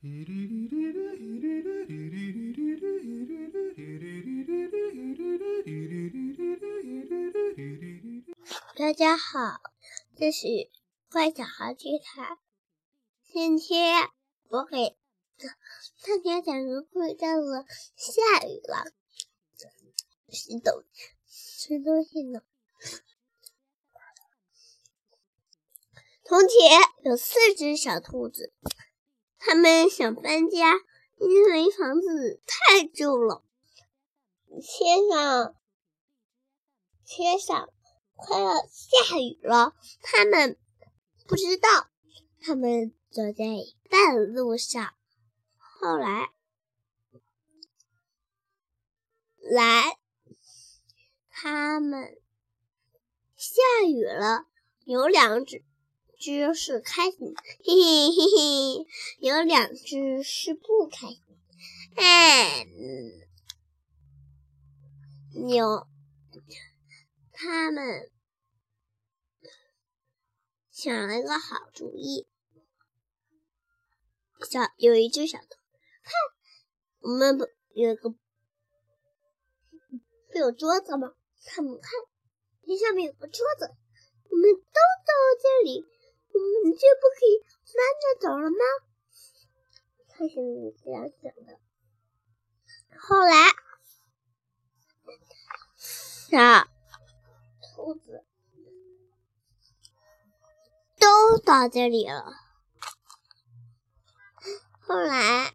大家好，这是坏小孩电台。今天我给大家讲个故事，叫做下雨了。吃东西呢。从前有4只小兔子，它们想搬家，因为房子太旧了。天上快要下雨了，他们不知道，他们走在半路上。后来他们下雨了，有2只是开心，嘿嘿嘿嘿，有2只是不开心。他们想了一个好主意。有一只小兔，看，我们不有桌子吗？他们看，这上面有个桌子，我们都到这里，我们就不可以搬着走了吗？他是这样想的。后来，小兔子都到这里了。后来，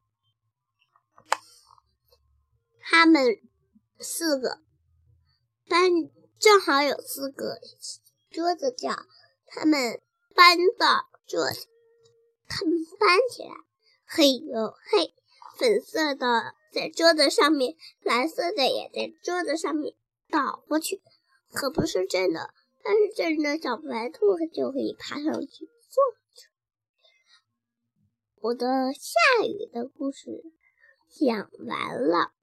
他们4个正好有4个桌子角，他们搬到桌子，他们搬起来，嘿呦嘿，粉色的在桌子上面，蓝色的也在桌子上面倒过去，可不是真的，但是真的小白兔就可以爬上去坐着。我的下雨的故事讲完了。